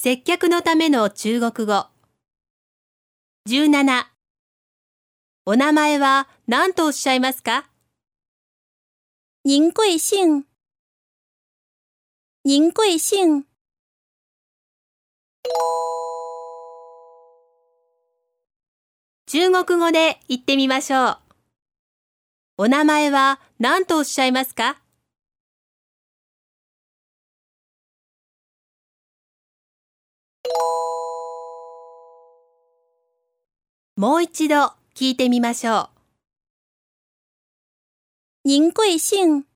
接客のための中国語。17、お名前は何とおっしゃいますか？ 您贵姓？您贵姓？ 中国語で言ってみましょう。お名前は何とおっしゃいますか？もう一度聞いてみましょう。 您贵姓？